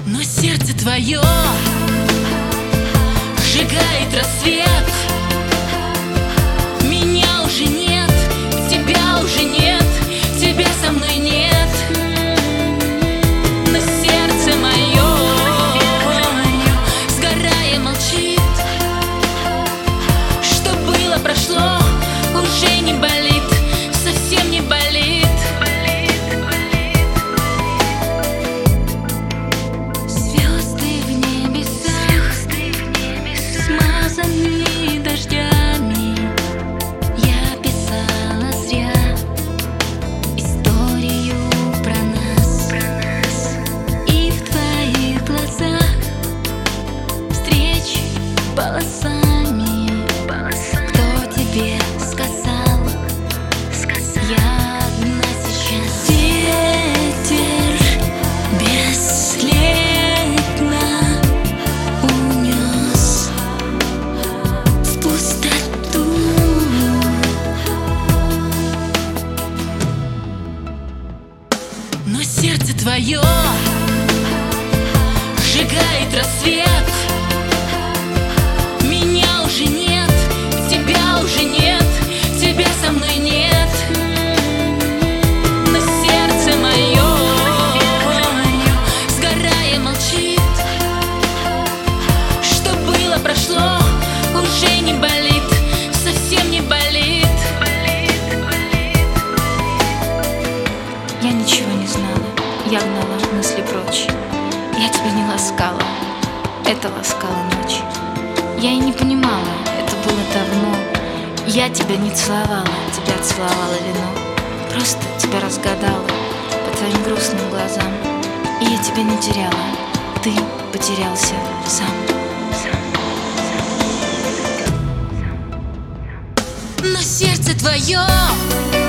Но сердце твое сжигает рассвет. Меня уже нет, тебя уже нет, тебя со мной нет. Но сердце мое, сгорая, молчит. Что было, прошло, уже не болит, совсем не болит. Звезды в небесах, смазанные дождями, я писала зря историю про нас. И в твоих глазах встречи полосами. Кто тебе сказал? Я одна сейчас. Ветер бесследно унес в пустоту. Но сердце твое сжигает рассвет. Меня уже нет, тебя уже нет, тебя со мной нет. Но сердце мое, сгорая, молчит. Что было, прошло, уже не болит, совсем не болит. Я ничего не знала, я гнала мысли прочь. Я тебя не ласкала, это ласкала ночь. Я и не понимала, это было давно. Я тебя не целовала, тебя целовала вино. Просто тебя разгадала по твоим грустным глазам. И я тебя не теряла, ты потерялся сам. Но сердце твое